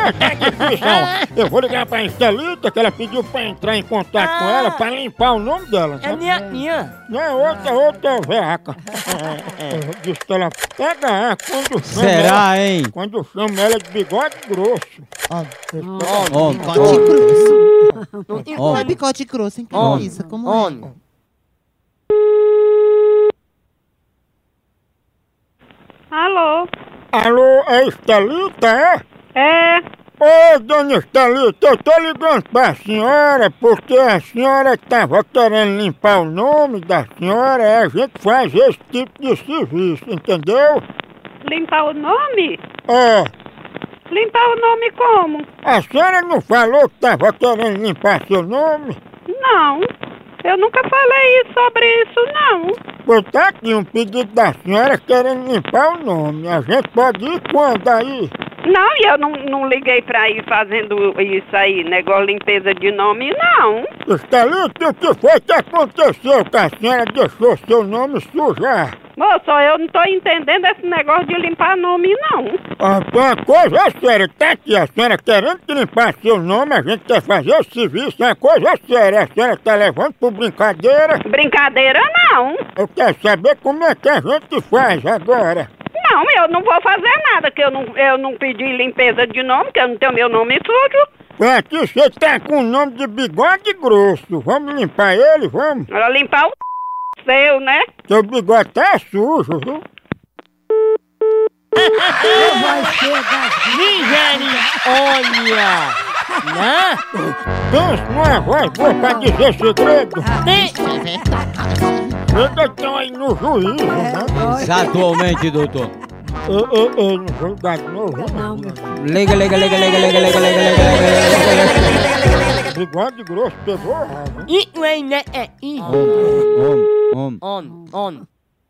tá difícil. Eu vou ligar pra Estelita, que ela pediu pra entrar em contato com ela pra limpar o nome dela. É minha. Não, é outra veaca. Diz que ela pega quando chama Será, ela, hein? quando chama ela de bigode grosso. Bigode grosso. Não é bigode grosso, hein, Camisa? Como é? Alô? Alô, é Estelita, é? É, Ô, dona Estelita, eu tô ligando pra senhora porque a senhora tava querendo limpar o nome da senhora, a gente faz esse tipo de serviço, entendeu? limpar o nome? É, Limpar o nome como? a senhora não falou que tava querendo limpar seu nome? Não, eu nunca falei sobre isso, não. Pois tá aqui um pedido da senhora querendo limpar o nome, a gente pode ir quando aí? Não, e eu não liguei pra ir fazendo isso aí, negócio de limpeza de nome, não. Estelita, o que foi que aconteceu que a senhora deixou seu nome sujar? Moço, eu não tô entendendo esse negócio de limpar nome, não. Ah, uma coisa é séria, tá aqui, a senhora querendo limpar seu nome, a gente quer fazer o serviço, é uma coisa séria, a senhora tá levando por brincadeira? Brincadeira, não. Eu quero saber como é que a gente faz agora. Não, eu não vou fazer nada, que eu não pedi limpeza de nome, que eu não tenho meu nome sujo. Aqui você tá com o nome de bigode grosso, vamos limpar ele, vamos? Pra limpar o seu, né? Seu bigode tá sujo, viu? Vai ser Olha! Né? Pensa numa voz boa pra dizer segredo. Chega então aí no juízo, né? Exatamente, doutor. Não vou ligar de novo, não. Liga. Bigode grosso pegou raiva. On.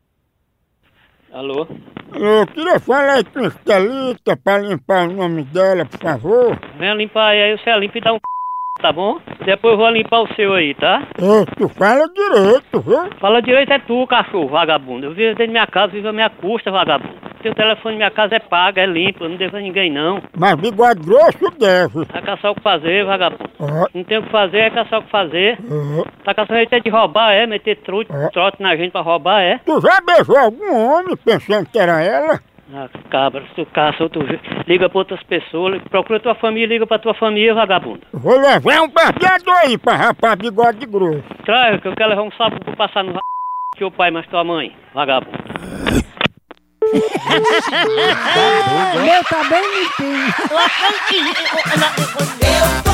Alô? Eu queria falar aí com a Estelita pra limpar o nome dela, por favor. Venha limpar aí você limpa e dá um tá bom? Depois eu vou limpar o seu aí, tá? Tu fala direito, viu? Fala direito é tu, cachorro, vagabundo. Eu vivo dentro da minha casa, vivo a minha custa, vagabundo. Teu telefone na minha casa é pago, é limpo, eu não devo a ninguém não. Mas bigode grosso deve. Tá caçar o que fazer, vagabundo. Ah, Não tem o que fazer, é caçar o que fazer. ah. Tá caçando até de roubar, é? Meter trote na gente pra roubar, é? Tu já beijou algum homem pensando que era ela? Ah, cabra, se tu caça, tu liga pra outras pessoas, procura tua família, liga pra tua família, vagabundo. Vou levar um barbeador aí pra rapar bigode grosso. Traz, que eu quero levar um sapo pra passar no teu pai, mas tua mãe, vagabundo. Meu tá bem limpinho. Eu